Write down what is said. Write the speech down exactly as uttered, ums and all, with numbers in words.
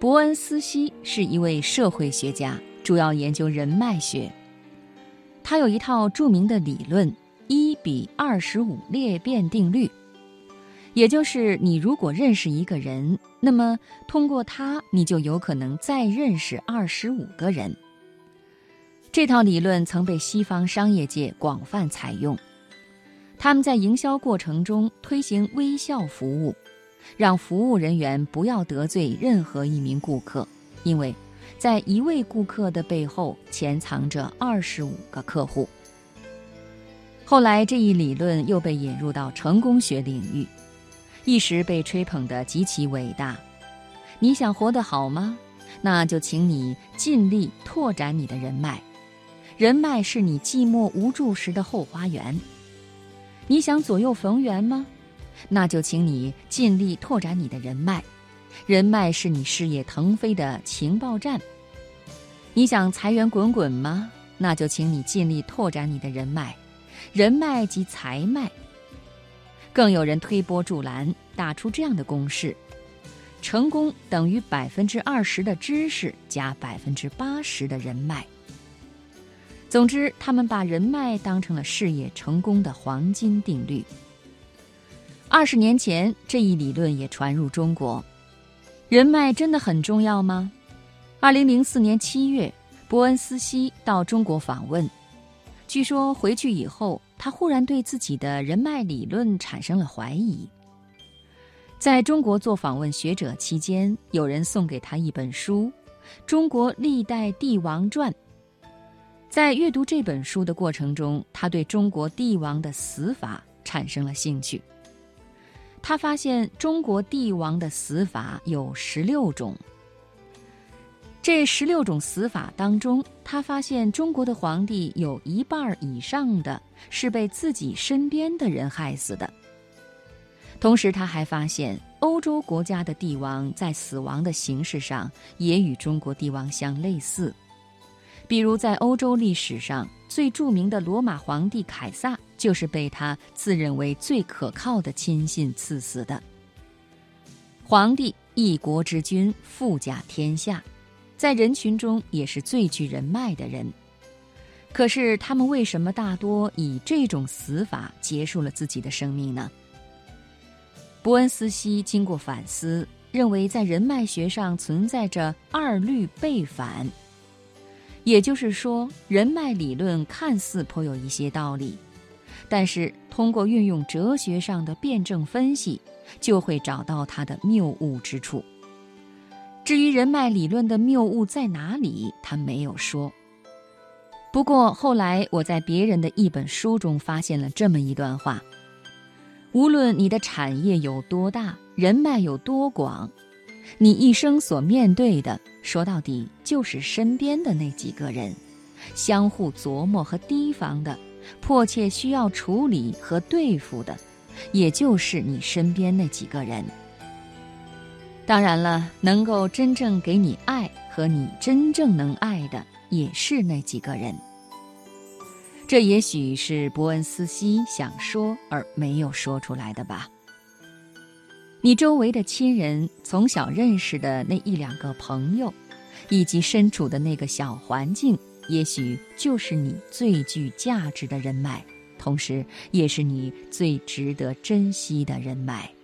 伯恩斯希是一位社会学家，主要研究人脉学。他有一套著名的理论一比二十五裂变定律，也就是你如果认识一个人，那么通过他你就有可能再认识二十五个人。这套理论曾被西方商业界广泛采用，他们在营销过程中推行微笑服务，让服务人员不要得罪任何一名顾客，因为在一位顾客的背后潜藏着二十五个客户。后来这一理论又被引入到成功学领域，一时被吹捧得极其伟大。你想活得好吗？那就请你尽力拓展你的人脉，人脉是你寂寞无助时的后花园。你想左右逢源吗？那就请你尽力拓展你的人脉，人脉是你事业腾飞的情报站。你想财源滚滚吗？那就请你尽力拓展你的人脉，人脉即财脉。更有人推波助澜，打出这样的公式：成功等于百分之二十的知识加百分之八十的人脉。总之，他们把人脉当成了事业成功的黄金定律。二十年前，这一理论也传入中国。人脉真的很重要吗？二零零四年七月，伯恩斯希到中国访问。据说回去以后，他忽然对自己的人脉理论产生了怀疑。在中国做访问学者期间，有人送给他一本书《中国历代帝王传》。在阅读这本书的过程中，他对中国帝王的死法产生了兴趣。他发现中国帝王的死法有十六种。这十六种死法当中，他发现中国的皇帝有一半以上的是被自己身边的人害死的。同时他还发现欧洲国家的帝王在死亡的形式上也与中国帝王相类似。比如在欧洲历史上最著名的罗马皇帝凯撒就是被他自认为最可靠的亲信赐死的。皇帝一国之君，富甲天下，在人群中也是最具人脉的人。可是他们为什么大多以这种死法结束了自己的生命呢？伯恩斯希经过反思，认为在人脉学上存在着二律背反。也就是说，人脉理论看似颇有一些道理，但是通过运用哲学上的辩证分析，就会找到它的谬误之处。至于人脉理论的谬误在哪里，他没有说。不过后来我在别人的一本书中发现了这么一段话：无论你的产业有多大，人脉有多广，你一生所面对的，说到底就是身边的那几个人，相互琢磨和提防的，迫切需要处理和对付的，也就是你身边那几个人。当然了，能够真正给你爱和你真正能爱的，也是那几个人。这也许是伯恩斯希想说而没有说出来的吧。你周围的亲人，从小认识的那一两个朋友，以及身处的那个小环境，也许就是你最具价值的人脉，同时也是你最值得珍惜的人脉。